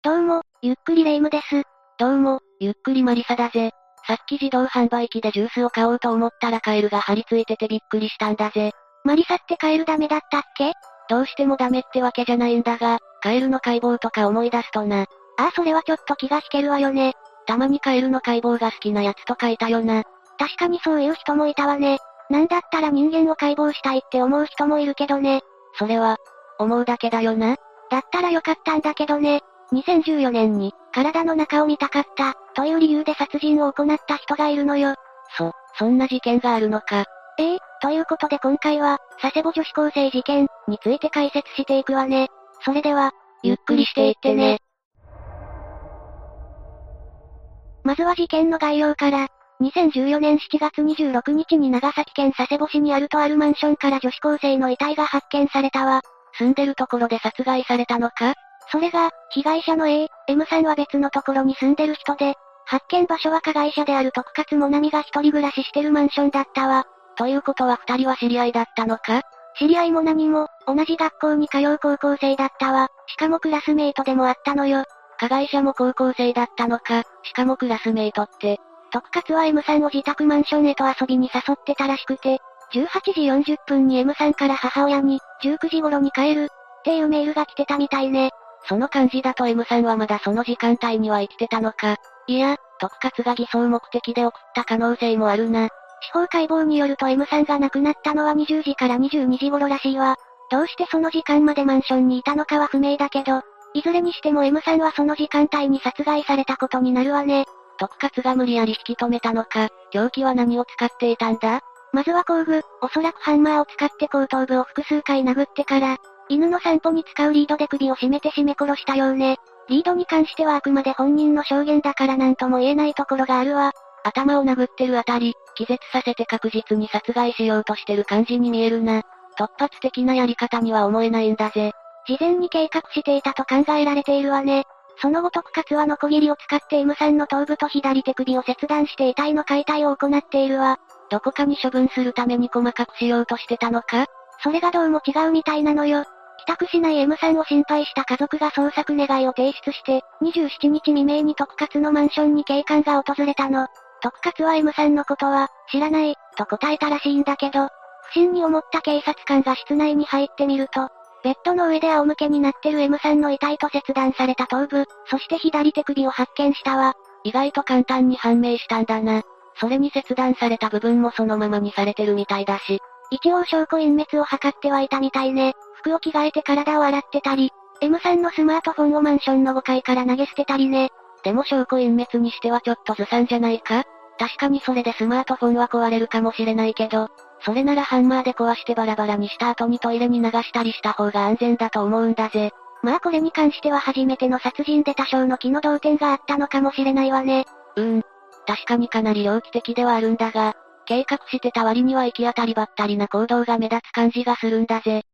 どうも、ゆっくりレ夢ムです。 どうも、ゆっくりマリサだぜ。さっき自動販売機でジュースを買おうと思ったらカエルが張り付いててびっくりしたんだぜ。 マリサってカエルダメだったっけ？ どうしてもダメってわけじゃないんだが、カエルの解剖とか思い出すとな。 ああ、それはちょっと気が引けるわよね。 たまにカエルの解剖が好きなやつとかいたよな。 確かにそういう人もいたわね。なんだったら人間を解剖したいって思う人もいるけどね。 それは、思うだけだよな。 だったらよかったんだけどね。2014年に、体の中を見たかった、という理由で殺人を行った人がいるのよ。 そんな事件があるのか。 ということで今回は、佐世保女子高生事件、について解説していくわね。それでは、 ゆっくりしていってね。 まずは事件の概要から、2014年7月26日に長崎県佐世保市にあるとあるマンションから女子高生の遺体が発見されたわ。 住んでるところで殺害されたのか？ それが、被害者の A、M さんは別のところに住んでる人で、発見場所は加害者である徳勝もなみが一人暮らししてるマンションだったわ。 ということは二人は知り合いだったのか？ 知り合いも何も、同じ学校に通う高校生だったわ。しかもクラスメイトでもあったのよ。 加害者も高校生だったのか、しかもクラスメイトって。 徳勝は M さんを自宅マンションへと遊びに誘ってたらしくて、18時40分に M さんから母親に、19時頃に帰る、っていうメールが来てたみたいね。 その感じだと M さんはまだその時間帯には生きてたのか。いや、徳勝が偽装目的で送った可能性もあるな。 司法解剖によると M さんが亡くなったのは20時から22時頃らしいわ。どうしてその時間までマンションにいたのかは不明だけど、いずれにしても M さんはその時間帯に殺害されたことになるわね。 徳勝が無理やり引き止めたのか、凶器は何を使っていたんだ？ まずは工具、おそらくハンマーを使って後頭部を複数回殴ってから、犬の散歩に使うリードで首を絞めて絞め殺したようね。リードに関してはあくまで本人の証言だから何とも言えないところがあるわ。 頭を殴ってるあたり、気絶させて確実に殺害しようとしてる感じに見えるな。突発的なやり方には思えないんだぜ。 事前に計画していたと考えられているわね。その後徳勝はノコギリを使って M さんの頭部と左手首を切断して遺体の解体を行っているわ。 どこかに処分するために細かくしようとしてたのか？ それがどうも違うみたいなのよ。帰宅しない M さんを心配した家族が捜索願いを提出して、27日未明に徳勝のマンションに警官が訪れたの。徳勝は M さんのことは、知らない、と答えたらしいんだけど、不審に思った警察官が室内に入ってみると、ベッドの上で仰向けになってる M さんの遺体と切断された頭部、そして左手首を発見したわ。 意外と簡単に判明したんだな。それに切断された部分もそのままにされてるみたいだし。 一応証拠隠滅を図ってはいたみたいね。服を着替えて体を洗ってたり、M さんのスマートフォンをマンションの5階から投げ捨てたりね。 でも証拠隠滅にしてはちょっとずさんじゃないか？確かにそれでスマートフォンは壊れるかもしれないけど、それならハンマーで壊してバラバラにした後にトイレに流したりした方が安全だと思うんだぜ。 まあこれに関しては初めての殺人で多少の気の動転があったのかもしれないわね。 確かにかなり猟奇的ではあるんだが、計画してた割には行き当たりばったりな行動が目立つ感じがするんだぜ。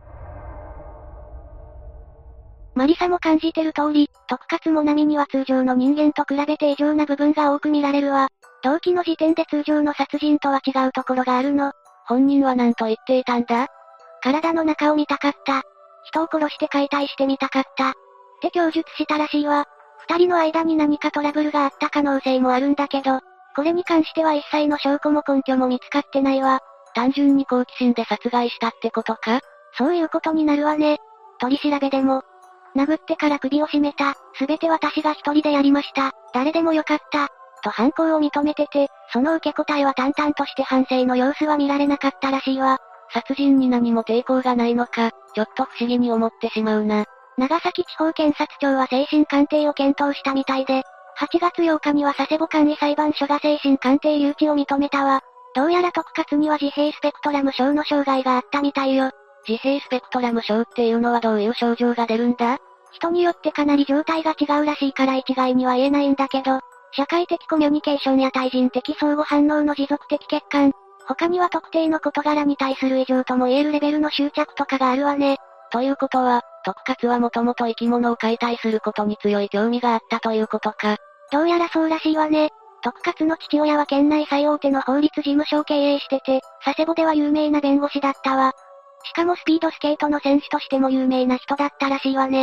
マリサも感じてる通り、徳勝もなみには通常の人間と比べて異常な部分が多く見られるわ。動機の時点で通常の殺人とは違うところがあるの。 本人は何と言っていたんだ？ 体の中を見たかった。人を殺して解体してみたかった。って供述したらしいわ。二人の間に何かトラブルがあった可能性もあるんだけど、これに関しては一切の証拠も根拠も見つかってないわ。 単純に好奇心で殺害したってことか？ そういうことになるわね。取り調べでも、殴ってから首を絞めた、すべて私が一人でやりました、誰でもよかった、と犯行を認めてて、その受け答えは淡々として反省の様子は見られなかったらしいわ。 殺人に何も抵抗がないのか、ちょっと不思議に思ってしまうな。 長崎地方検察庁は精神鑑定を検討したみたいで、8月8日には佐世保簡易裁判所が精神鑑定留置を認めたわ。どうやら徳勝には自閉スペクトラム症の障害があったみたいよ。 自閉スペクトラム症っていうのはどういう症状が出るんだ？ 人によってかなり状態が違うらしいから一概には言えないんだけど、社会的コミュニケーションや対人的相互反応の持続的欠陥、他には特定の事柄に対する異常とも言えるレベルの執着とかがあるわね。 ということは、徳勝はもともと生き物を解体することに強い興味があったということか。 どうやらそうらしいわね。徳勝の父親は県内最大手の法律事務所を経営してて、佐世保では有名な弁護士だったわ。しかもスピードスケートの選手としても有名な人だったらしいわね。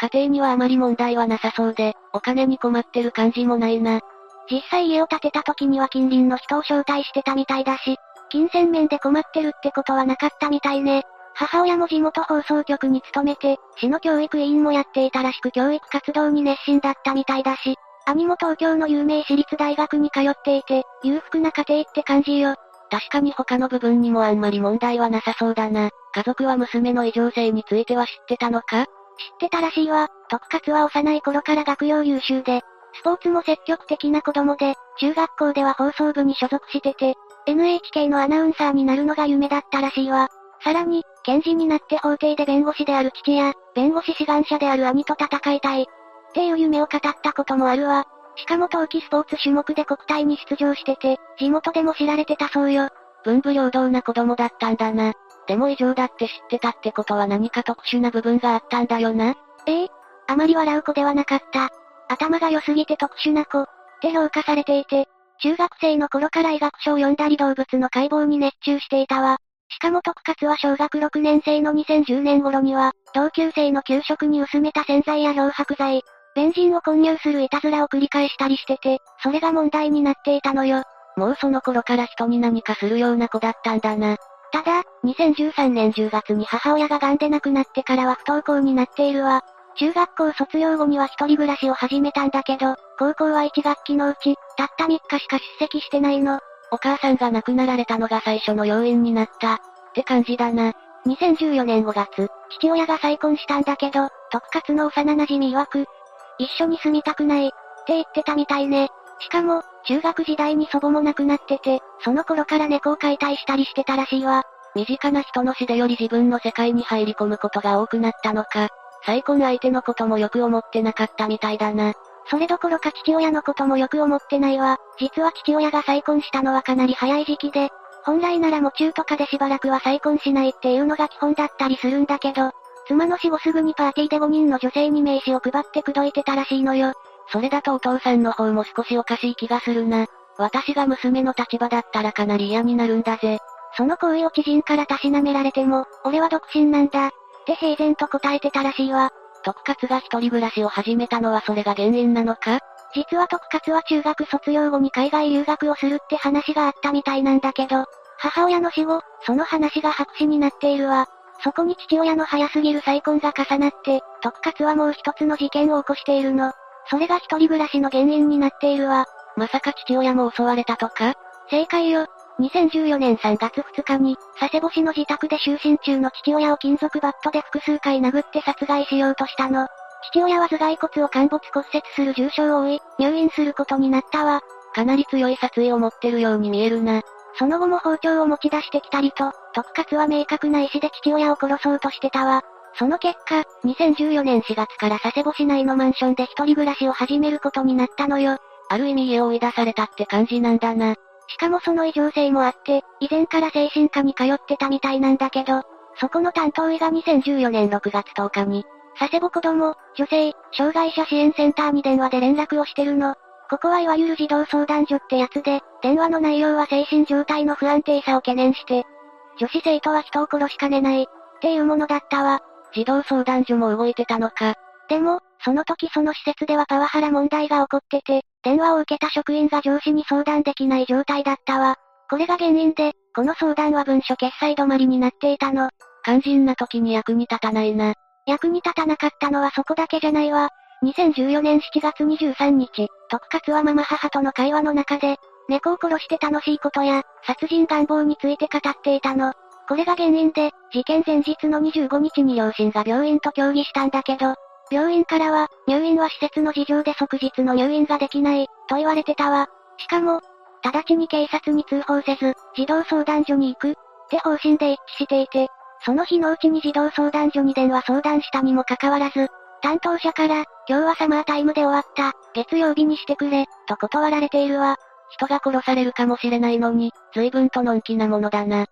家庭にはあまり問題はなさそうで、お金に困ってる感じもないな。 実際家を建てた時には近隣の人を招待してたみたいだし、金銭面で困ってるってことはなかったみたいね。母親も地元放送局に勤めて、市の教育委員もやっていたらしく教育活動に熱心だったみたいだし、兄も東京の有名私立大学に通っていて、裕福な家庭って感じよ。 確かに他の部分にもあんまり問題はなさそうだな。家族は娘の異常性については知ってたのか？ 知ってたらしいわ。徳勝は幼い頃から学業優秀で、スポーツも積極的な子供で、中学校では放送部に所属してて、NHK のアナウンサーになるのが夢だったらしいわ。さらに、検事になって法廷で弁護士である父や、弁護士志願者である兄と戦いたい。っていう夢を語ったこともあるわ。しかも冬季スポーツ種目で国体に出場してて、地元でも知られてたそうよ。 文武両道な子供だったんだな。でも異常だって知ってたってことは何か特殊な部分があったんだよな。 あまり笑う子ではなかった。頭が良すぎて特殊な子、って評価されていて、中学生の頃から医学書を読んだり動物の解剖に熱中していたわ。しかも徳勝は小学6年生の2010年頃には、同級生の給食に薄めた洗剤や漂白剤、ベンジンを混入するいたずらを繰り返したりしてて、それが問題になっていたのよ。 もうその頃から人に何かするような子だったんだな。 ただ、2013年10月に母親が癌で亡くなってからは不登校になっているわ。中学校卒業後には一人暮らしを始めたんだけど、高校は1学期のうち、たった3日しか出席してないの。 お母さんが亡くなられたのが最初の要因になった、って感じだな。 2014年5月、父親が再婚したんだけど、徳勝の幼馴染曰く、一緒に住みたくない、って言ってたみたいね。しかも、中学時代に祖母も亡くなってて、その頃から猫を飼いたいしたりしてたらしいわ。 身近な人の死でより自分の世界に入り込むことが多くなったのか。再婚相手のこともよく思ってなかったみたいだな。 それどころか父親のこともよく思ってないわ。実は父親が再婚したのはかなり早い時期で、本来なら喪中とかでしばらくは再婚しないっていうのが基本だったりするんだけど、妻の死後すぐにパーティーで5人の女性に名刺を配って口説いてたらしいのよ。 それだとお父さんの方も少しおかしい気がするな。私が娘の立場だったらかなり嫌になるんだぜ。 その行為を知人からたしなめられても、俺は独身なんだ。って平然と答えてたらしいわ。 徳勝が一人暮らしを始めたのはそれが原因なのか？ 実は徳勝は中学卒業後に海外留学をするって話があったみたいなんだけど、母親の死後、その話が白紙になっているわ。そこに父親の早すぎる再婚が重なって、徳勝はもう一つの事件を起こしているの。それが一人暮らしの原因になっているわ。 まさか父親も襲われたとか？ 正解よ。2014年3月2日に、佐世保市の自宅で就寝中の父親を金属バットで複数回殴って殺害しようとしたの。父親は頭蓋骨を陥没骨折する重傷を負い、入院することになったわ。 かなり強い殺意を持ってるように見えるな。 その後も包丁を持ち出してきたりと、徳勝は明確な意思で父親を殺そうとしてたわ。その結果、2014年4月から佐世保市内のマンションで一人暮らしを始めることになったのよ。 ある意味家を追い出されたって感じなんだな。 しかもその異常性もあって、以前から精神科に通ってたみたいなんだけど、そこの担当医が2014年6月10日に、佐世保子供、女性、障害者支援センターに電話で連絡をしてるの。ここはいわゆる児童相談所ってやつで、電話の内容は精神状態の不安定さを懸念して、女子生徒は人を殺しかねない、っていうものだったわ。 児童相談所も動いてたのか。 でも、その時その施設ではパワハラ問題が起こってて、電話を受けた職員が上司に相談できない状態だったわ。これが原因で、この相談は文書決済止まりになっていたの。 肝心な時に役に立たないな。 役に立たなかったのはそこだけじゃないわ。2014年7月23日、徳勝はママ母との会話の中で、猫を殺して楽しいことや、殺人願望について語っていたの。これが原因で、事件前日の25日に両親が病院と協議したんだけど、病院からは、入院は施設の事情で即日の入院ができない、と言われてたわ。しかも、直ちに警察に通報せず、児童相談所に行く、って方針で一致していて、その日のうちに児童相談所に電話相談したにもかかわらず、担当者から、今日はサマータイムで終わった、月曜日にしてくれ、と断られているわ。 人が殺されるかもしれないのに、随分とのんきなものだな。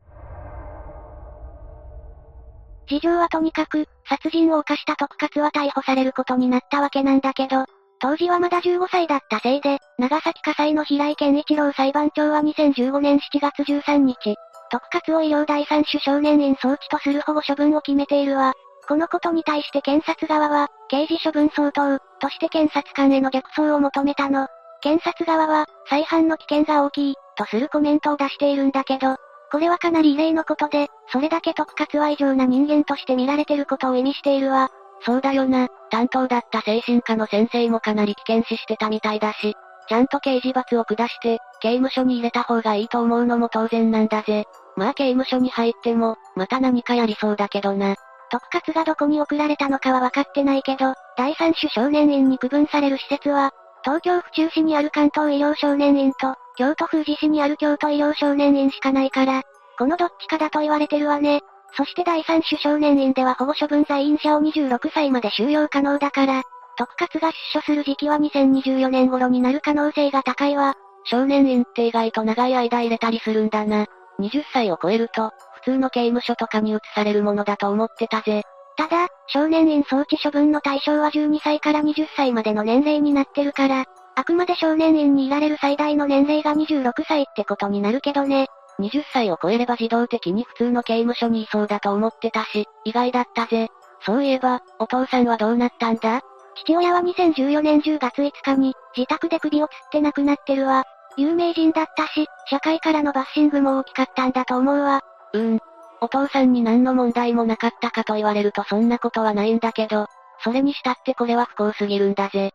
事情はとにかく、殺人を犯した徳勝は逮捕されることになったわけなんだけど、当時はまだ15歳だったせいで、長崎家裁の平井健一郎裁判長は2015年7月13日、徳勝を医療第三種少年院送致とする保護処分を決めているわ。 このことに対して検察側は、刑事処分相当、として検察官への逆走を求めたの。検察側は、再犯の危険が大きい、とするコメントを出しているんだけど、これはかなり異例のことで、それだけ徳勝は異常な人間として見られてることを意味しているわ。 そうだよな、担当だった精神科の先生もかなり危険視してたみたいだし、ちゃんと刑事罰を下して、刑務所に入れた方がいいと思うのも当然なんだぜ。まあ刑務所に入っても、また何かやりそうだけどな。 徳勝がどこに送られたのかは分かってないけど、第三種少年院に区分される施設は、東京府中市にある関東医療少年院と、京都府宇治市にある京都医療少年院しかないから、このどっちかだと言われてるわね。そして第三種少年院では保護処分在院者を26歳まで収容可能だから、徳勝が出所する時期は2024年頃になる可能性が高いわ。 少年院って意外と長い間入れたりするんだな。20歳を超えると、普通の刑務所とかに移されるものだと思ってたぜ。 ただ、少年院送致処分の対象は12歳から20歳までの年齢になってるから、あくまで少年院にいられる最大の年齢が26歳ってことになるけどね。 20歳を超えれば自動的に普通の刑務所にいそうだと思ってたし、意外だったぜ。そういえば、お父さんはどうなったんだ？ 父親は2014年10月5日に、自宅で首をつって亡くなってるわ。有名人だったし、社会からのバッシングも大きかったんだと思うわ。 お父さんに何の問題もなかったかと言われるとそんなことはないんだけど、それにしたってこれは不幸すぎるんだぜ。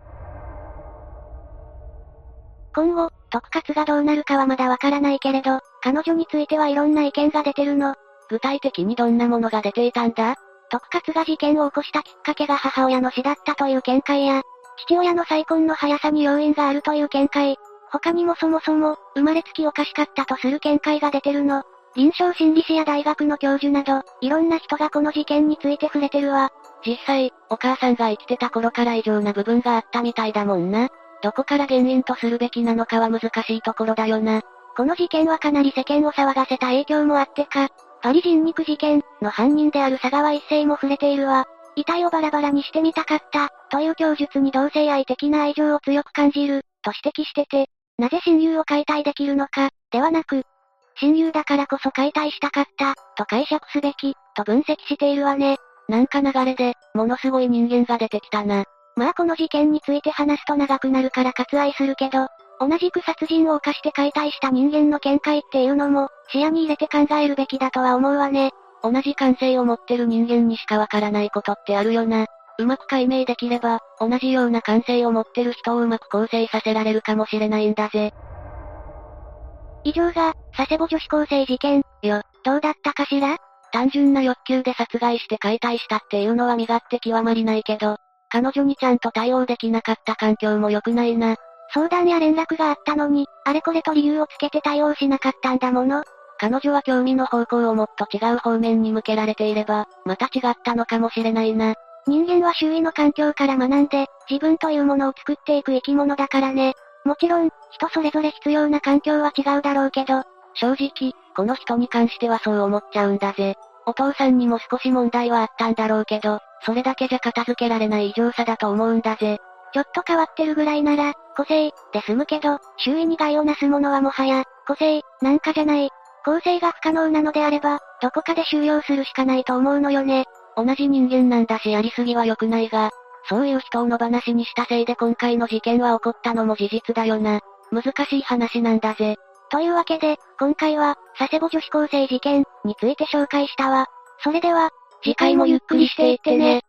今後、徳勝がどうなるかはまだわからないけれど、彼女についてはいろんな意見が出てるの。 具体的にどんなものが出ていたんだ？ 徳勝が事件を起こしたきっかけが母親の死だったという見解や、父親の再婚の速さに要因があるという見解、他にもそもそも、生まれつきおかしかったとする見解が出てるの。臨床心理士や大学の教授など、いろんな人がこの事件について触れてるわ。 実際、お母さんが生きてた頃から異常な部分があったみたいだもんな。どこから原因とするべきなのかは難しいところだよな。 この事件はかなり世間を騒がせた影響もあってか、パリ人肉事件の犯人である佐川一世も触れているわ。遺体をバラバラにしてみたかった、という供述に同性愛的な愛情を強く感じる、と指摘してて、なぜ親友を解体できるのか、ではなく、親友だからこそ解体したかった、と解釈すべき、と分析しているわね。 なんか流れで、ものすごい人間が出てきたな。 まあこの事件について話すと長くなるから割愛するけど、同じく殺人を犯して解体した人間の見解っていうのも、視野に入れて考えるべきだとは思うわね。 同じ感性を持ってる人間にしかわからないことってあるよな。うまく解明できれば、同じような感性を持ってる人をうまく構成させられるかもしれないんだぜ。 以上が、佐世保女子高生事件、よ。どうだったかしら？ 単純な欲求で殺害して解体したっていうのは身勝手極まりないけど、彼女にちゃんと対応できなかった環境も良くないな。 相談や連絡があったのに、あれこれと理由をつけて対応しなかったんだもの。 彼女は興味の方向をもっと違う方面に向けられていれば、また違ったのかもしれないな。 人間は周囲の環境から学んで、自分というものを作っていく生き物だからね。もちろん、人それぞれ必要な環境は違うだろうけど、 正直、この人に関してはそう思っちゃうんだぜ。お父さんにも少し問題はあったんだろうけど、それだけじゃ片付けられない異常さだと思うんだぜ。 ちょっと変わってるぐらいなら、個性、で済むけど、周囲に害をなすものはもはや、個性、なんかじゃない。構成が不可能なのであれば、どこかで収容するしかないと思うのよね。 同じ人間なんだしやりすぎは良くないが、そういう人を野放しにしたせいで今回の事件は起こったのも事実だよな。難しい話なんだぜ。 というわけで、今回は、佐世保女子高生事件について紹介したわ。それでは、 次回もゆっくりしていってね。